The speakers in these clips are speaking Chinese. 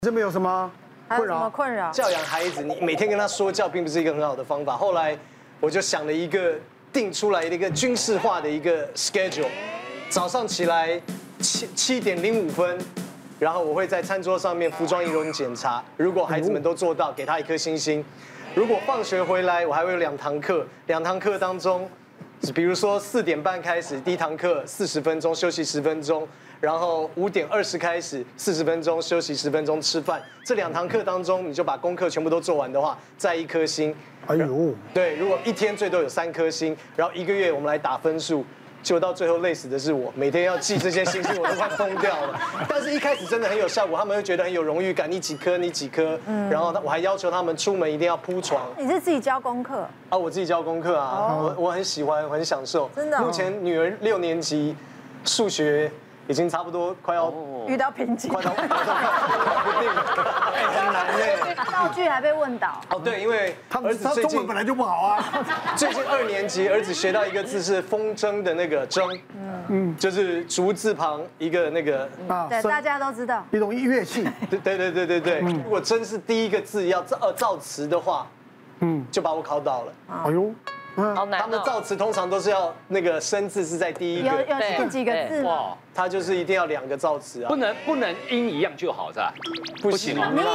这边有什么困扰？困扰？ 教养孩子，你每天跟他说教，并不是一个很好的方法。后来我就想了一个定出来的一个军事化的一个 schedule， 早上起来7:05，然后我会在餐桌上面服装仪容检查，如果孩子们都做到，给他1颗星星。如果放学回来，我还会有2堂课，2堂课当中，比如说4点半开始，第1堂课40分钟，休息10分钟。然后5点20开始，40分钟休息10分钟吃饭。这2堂课当中，你就把功课全部都做完的话，再1颗星。 哎呦， 对，如果1天最多有3颗星，然后1个月我们来打分数，就到最后累死的是我，每天要记这些星星，我都快疯掉了。但是一开始真的很有效果，他们会觉得很有荣誉感，你几颗你几颗。然后我还要求他们出门一定要铺床。 你是自己教功课啊？我自己教功课啊，我很喜欢，我很享受。 真的。 目前女儿6年级，数学。已经差不多快要遇到瓶颈， 快到不定了，很难嘞。 道具还被问倒。 哦，对，因为儿子中文本来就不好啊。 最近2年级，儿子学到一个字是风筝的那个筝，就是竹字旁一个那个啊，对，大家都知道一种乐器。 对。如果真是第一个字要造词的话，就把我考倒了。 哎呦。 好难。 他们造词通常都是要那个生字是在第一个， 有限几个字哇， 他就是一定要2个造词啊， 不能音一样就好是吧？ 不行哦。 你以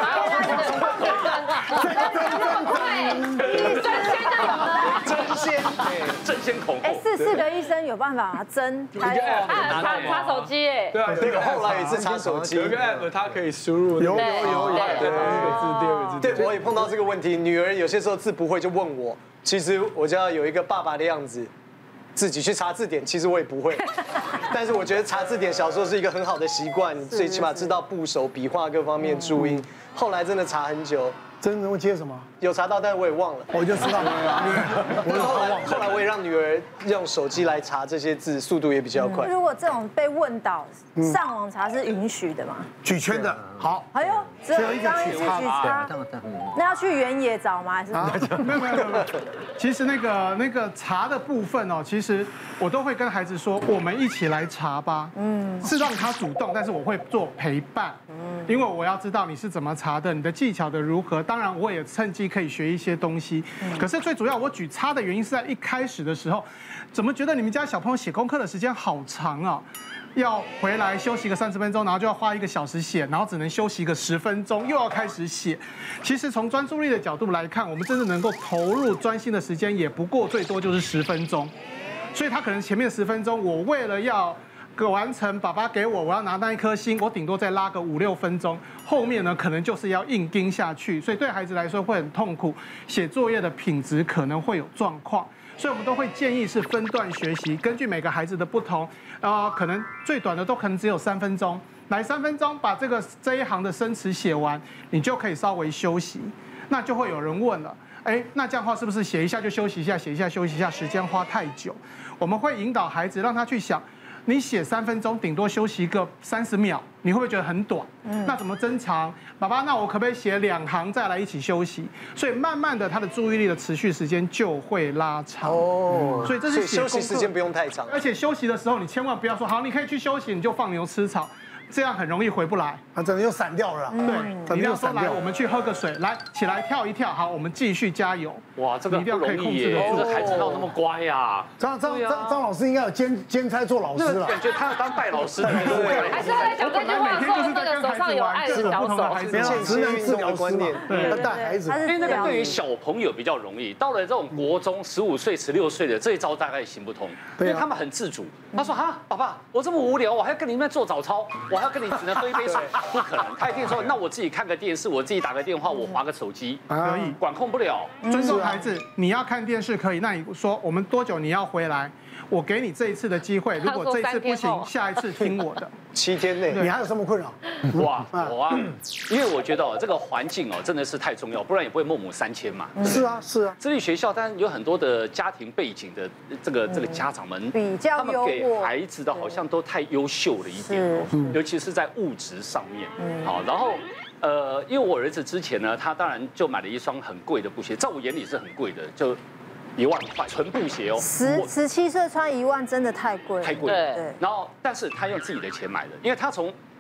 为争先， 争先恐后。 哎，4个医生有办法争， 插手机哎。 对啊，那个后来也是插手机， 有一个 app 它可以输入有第一个字、第2个字。 对，我也碰到这个问题，女儿有些时候字不会就问我。其实我就要有一个爸爸的样子，自己去查字典。其实我也不会，但是我觉得查字典小时候是一个很好的习惯，最起码知道部首、笔画各方面注音。后来真的查很久， 真的会接什么？ 有查到，但是我也忘了。 我就知道后来我也让女儿用手机来查这些字，速度也比较快。 如果这种被问倒，上网查是允许的吗？ 举圈的好。 哎呦，只有一个举叉，那要去原野找吗？还是没有。其实那个查的部分哦，其实我都会跟孩子说，我们一起来查吧。是让他主动，但是我会做陪伴。因为我要知道你是怎么查的，你的技巧的如何。当然，我也趁机可以学一些东西。可是最主要，我举叉的原因是在一开始的时候，怎么觉得你们家小朋友写功课的时间好长啊？要回来休息个30分钟，然后就要花1个小时写，然后只能休息个10分钟，又要开始写。其实从专注力的角度来看，我们真正能够投入专心的时间，也不过最多就是10分钟。所以他可能前面10分钟，我为了要完成爸爸给我要拿那1颗星，我顶多再拉个5、6分钟，后面呢可能就是要硬盯下去，所以对孩子来说会很痛苦，写作业的品质可能会有状况，所以我们都会建议是分段学习，根据每个孩子的不同，可能最短的都可能只有3分钟，来3分钟把这一行的生词写完，你就可以稍微休息，那就会有人问了。那这样的话是不是写一下就休息一下，写一下休息一下，时间花太久？我们会引导孩子，让他去想，你写3分钟，顶多休息个30秒，你会不会觉得很短？那怎么增长？爸爸，那我可不可以写2行再来一起休息？所以慢慢的，他的注意力的持续时间就会拉长。所以这是休息时间不用太长， 而且休息的时候，你千万不要说好，你可以去休息，你就放牛吃草。这样很容易回不来， 整个又散掉了。 对，你要说来，我们去喝个水，来起来跳一跳，好，我们继续加油。 哇，这个不容易耶，这孩子要那么乖呀。 张老师应该有兼差做老师了， 感觉他要当代老师，对不对？ 还是在讲这句话说，那个手上有爱的小手， 职能治疗观念， 要带孩子。 因为那个对于小朋友比较容易，到了这种国中15岁、16岁的这一招大概行不通，因为他们很自主。他说哈，爸爸，我这么无聊，我还要跟你们做早操，我还要跟你只能喝1杯水，不可能。他一定说，那我自己看个电视，我自己打个电话，我滑个手机， 可以管控不了。 尊重孩子，你要看电视可以，那你说我们多久你要回来？我给你这一次的机会，如果这一次不行，下一次听我的。 7天内， 你还有什么困扰？ 哇，我啊，因为我觉得这个环境真的是太重要，不然也不会孟母3000嘛。 是啊。 私立学校，当然有很多的家庭背景的这个家长们， 比较他们给孩子的好像都太优秀了一点，尤其是在物质上面。好，然后因为我儿子之前呢，他当然就买了一双很贵的布鞋，在我眼里是很贵的，就1万块纯布鞋哦。 17岁穿1万真的太贵了， 太贵了。然后，但是他用自己的钱买的，因为他从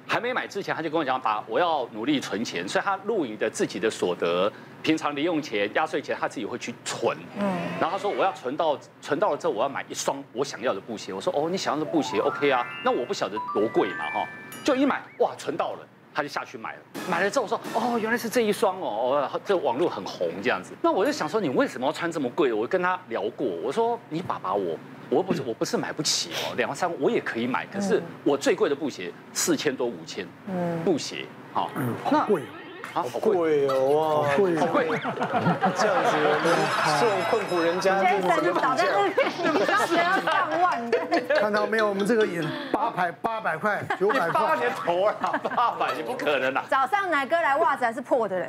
还没买之前，他就跟我讲，爸，我要努力存钱，所以他录影的自己的所得，平常零用钱、压岁钱，他自己会去存。然后他说我要存到了之后，我要买一双我想要的布鞋。我说哦，你想要的布鞋 OK 啊，那我不晓得多贵嘛哈，就一买哇，存到了。他就下去买了，买了之后说哦，原来是这一双哦，这网络很红这样子。那我就想说，你为什么要穿这么贵的？我跟他聊过，我说你爸爸我不是买不起哦，2、3我也可以买，可是我最贵的布鞋4000多5000，布鞋好， 好贵。 好贵哦，哇， 好贵， 好贵，这样子，这种困苦人家先生就倒在那边，你当时要上万的。 看到没有？我们这个演800块、900块 ，8年头啊，800你不可能啊。 早上奶哥来袜子还是破的嘞，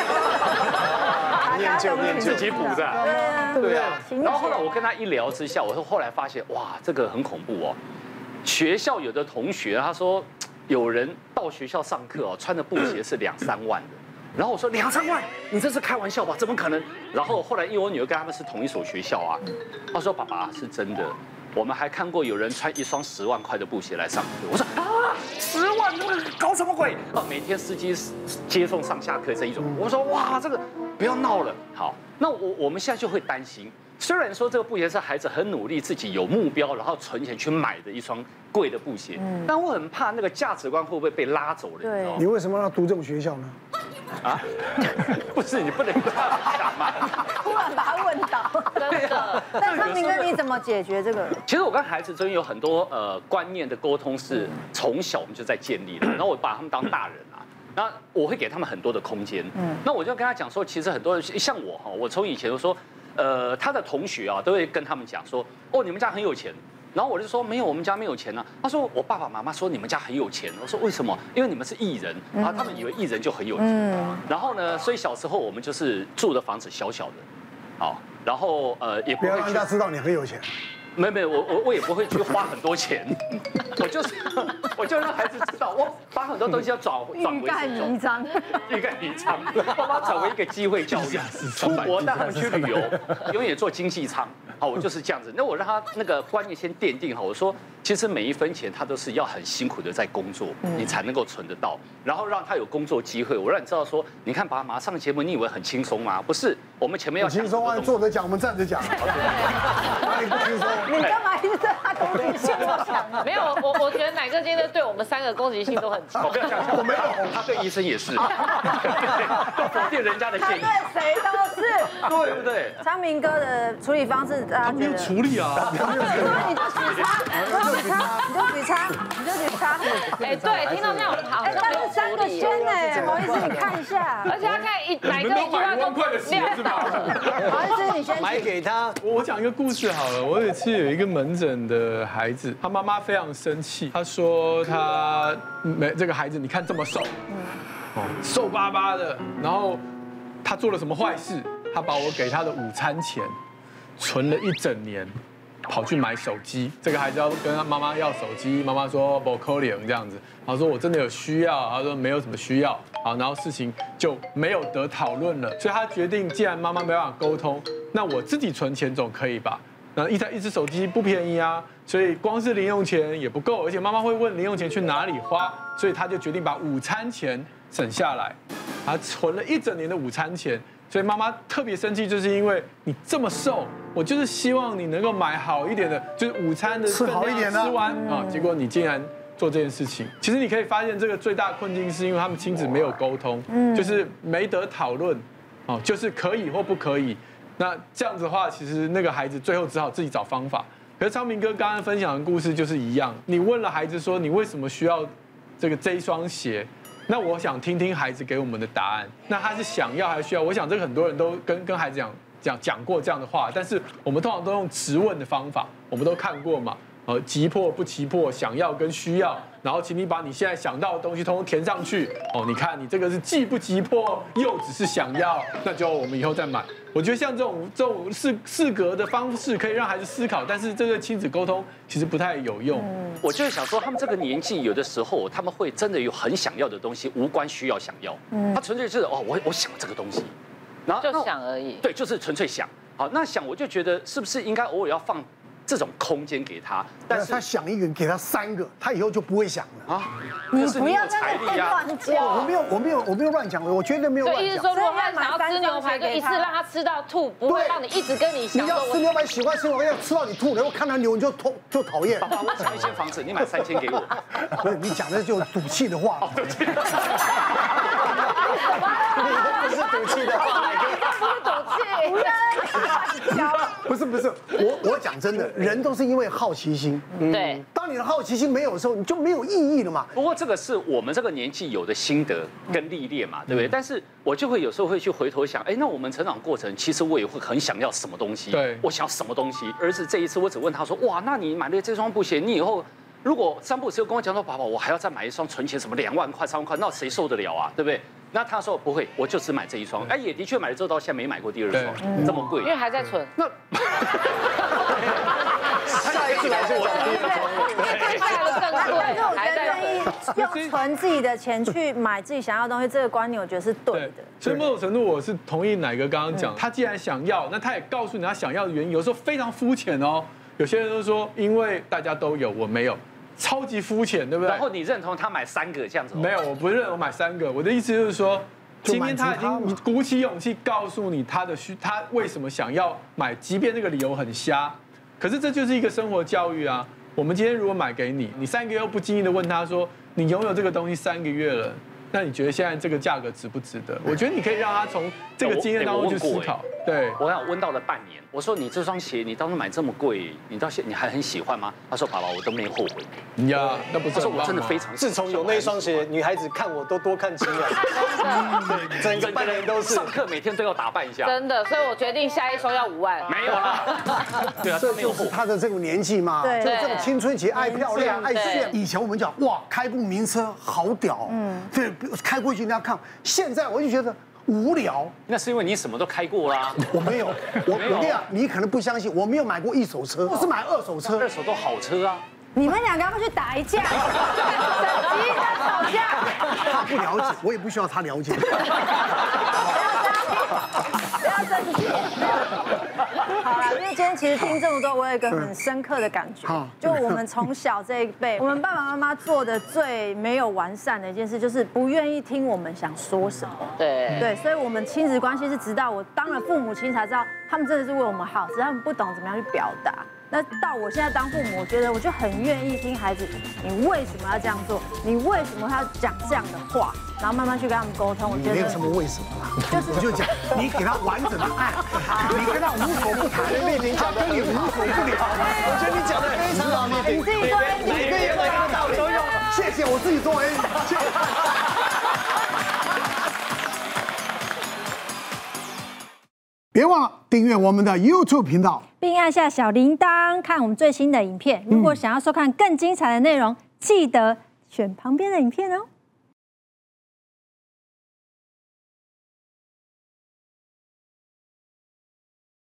念旧自己补的。 对啊。 然后后来我跟他一聊之下，我后来发现哇，这个很恐怖哦。学校有的同学他说。有人到学校上课哦，穿的布鞋是2、3万的，然后我说2、3万，你这是开玩笑吧？怎么可能？然后后来因为我女儿跟他们是同一所学校啊，她说爸爸是真的，我们还看过有人穿一双10万块的布鞋来上课。我说啊，10万，搞什么鬼？啊，每天司机接送上下课这一种。我说哇，这个不要闹了。好，那我们现在就会担心。虽然说这个布鞋是孩子很努力，自己有目标，然后存钱去买的一双贵的布鞋，但我很怕那个价值观会不会被拉走了，你知道吗？ 你为什么要读这种学校呢？ 啊，不是你不能这样想嘛！ 突然把他问倒，真的。但昌明哥，你怎么解决这个？ 其实我跟孩子之间有很多观念的沟通是从小我们就在建立的，然后我把他们当大人啊。那我会给他们很多的空间，那我就跟他讲说，其实很多人像我哈，我从以前就说。他的同学啊，都会跟他们讲说，哦，你们家很有钱。然后我就说没有，我们家没有钱啊。他说我爸爸妈妈说你们家很有钱。我说为什么？因为你们是艺人，然后他们以为艺人就很有钱。然后呢，所以小时候我们就是住的房子小小的，好，然后也不要让人家知道你很有钱。 没有，我也不会去花很多钱，我就让孩子知道，我把很多东西要转为欲盖弥彰， 欲盖弥彰，我把它转为一个机会教育，出国带他们去旅游，永远坐经济舱，好，我就是这样子。那我让他那个观念先奠定好，我说其实每一分钱他都是要很辛苦的在工作，你才能够存得到，然后让他有工作机会。我让你知道说，你看把马上节目，你以为很轻松吗？不是，我们前面要轻松啊，坐着讲，我们站着讲，哪里不轻松？ 你干嘛一直对他攻击性那么强？ 没有，我觉得奶哥今天对我们3个攻击性都很强。 我不要讲，我没有，他对医生也是，都否定人家的建议。 他对谁都是， 对不对？ 昌明哥的处理方式，大家觉得？ 处理啊！ 你就举叉，哎， 对，听到这样好， 哎，但是3个圈呢，不好意思，你看一下。 而且他看奶哥一句话 1万块的鞋是吧？ 不好意思，你先买给他。 我讲一个故事好了。我有一次有一个门诊的孩子，他妈妈非常生气，他说他这个孩子你看这么瘦，瘦巴巴的，然后他做了什么坏事？他把我给他的午餐钱存了1整年，跑去买手机。这个孩子要跟他妈妈要手机，妈妈说不可能这样子，然后说我真的有需要，他说没有什么需要，好，然后事情就没有得讨论了，所以他决定，既然妈妈没办法沟通，那我自己存钱总可以吧？那一只手机不便宜啊，所以光是零用钱也不够，而且妈妈会问零用钱去哪里花，所以他就决定把午餐钱省下来，他存了1整年的午餐钱。所以妈妈特别生气，就是因为你这么瘦，我就是希望你能够买好一点的，就是午餐的吃好一点的， 吃完啊，结果你竟然做这件事情。其实你可以发现，这个最大困境是因为他们亲子没有沟通，就是没得讨论，哦，就是可以或不可以。那这样子的话，其实那个孩子最后只好自己找方法。可是昌明哥刚刚分享的故事就是一样，你问了孩子说你为什么需要这一双鞋？那我想听听孩子给我们的答案。那他是想要还是需要？我想这个很多人都跟孩子讲过这样的话，但是我们通常都用质问的方法，我们都看过嘛。急迫不急迫，想要跟需要，然后请你把你现在想到的东西通通填上去。你看你这个是既不急迫又只是想要，那就我们以后再买。我觉得像这种适格的方式可以让孩子思考，但是这个亲子沟通其实不太有用。 我就是想说，他们这个年纪有的时候他们会真的有很想要的东西，无关需要想要，他纯粹就是我想这个东西，然后就想而已。 对，就是纯粹想。好，那想我就觉得是不是应该偶尔要这种空间给他。 但是他想一个，给他3个，他以后就不会想了啊。 你不要在那边乱讲， 我没有乱讲，我绝对没有乱讲。 意思说，如果他想要吃牛排，就一次让他吃到吐，不会让你一直跟你想。 你要吃牛排，喜欢吃牛排，要吃到你吐，然后看到牛你就讨厌。 爸爸，我想一间房子，你买3000给我。 不是你讲的就赌气的话。 对不起。 不是赌气的话， 不是，我讲真的，人都是因为好奇心。 对， 当你的好奇心没有的时候，你就没有意义了嘛。 不过这个是我们这个年纪有的心得跟历练嘛，对不对？但是我就会有时候会去回头想，哎，那我们成长过程，其实我也会很想要什么东西。 对， 我想要什么东西。儿子这一次，我只问他说，哇，那你买了这双布鞋，你以后如果3不5时跟我讲说，爸爸，我还要再买一双，存钱什么2万块、3万块，那谁受得了啊？对不对？那他说不会，我就只买这一双。哎，也的确买了之后，到现在没买过第2双，这么贵， 因为还在存。 那下一次来就讲第2双。 接下来更贵，还在用存自己的钱去买自己想要的东西，这个观念我觉得是对的。 所以某种程度我是同意乃哥刚刚讲，他既然想要，那他也告诉你他想要的原因，有时候非常肤浅哦。有些人都说，因为大家都有，我没有。超级肤浅，对不对？ 然后你认同他买3个这样子？ 没有，我不认同买3个。我的意思就是说，今天他已经鼓起勇气告诉你他为什么想要买，即便那个理由很瞎，可是这就是一个生活教育啊。我们今天如果买给你，你3个月又不经意的问他说，你拥有这个东西3个月了，那你觉得现在这个价格值不值得？我觉得你可以让他从这个经验当中去思考。对， 我想问到了半年，我说你这双鞋你当初买这么贵，你到现你还很喜欢吗？他说爸爸我都没后悔。 呀，那不是？ 他说我真的非常。 自从有那双鞋，女孩子看我都多看几眼。整个半年都是上课每天都要打扮一下。 真的，所以我决定下一双要5万。 没有啦。对啊， 这就是他的这个年纪嘛，就这个青春期爱漂亮、爱炫。以前我们讲哇，开部名车好屌，对，开过去人家看。现在我就觉得。无聊， 那是因为你什么都开过啦。 我没有，我跟你讲，你可能不相信，我没有买过1手车，我是买2手车 ，2手都好车啊。 你们2个要不要去打一架？整集在吵架。 他不了解，我也不需要他了解。 不要生气。好了，因为今天其实听这么多，我有一个很深刻的感觉，就我们从小这一辈，我们爸爸妈妈做的最没有完善的一件事，就是不愿意听我们想说什么。对，所以我们亲子关系是直到我当了父母亲才知道，他们真的是为我们好，只是他们不懂怎么样去表达。那到我现在当父母，我觉得我就很愿意听孩子，你为什么要这样做？你为什么要讲这样的话？然后慢慢去跟他们沟通。我觉得没有什么为什么啦，我就讲，你给他完整的爱，你跟他无所不谈，他跟你无所不聊。 我觉得你讲的非常好， 你自己做 A， 你跟原来的道理都用。 谢谢，我自己做 A。别忘了订阅我们的 YouTube 频道， 并按下小铃铛看我们最新的影片。如果想要收看更精彩的内容，记得选旁边的影片哦。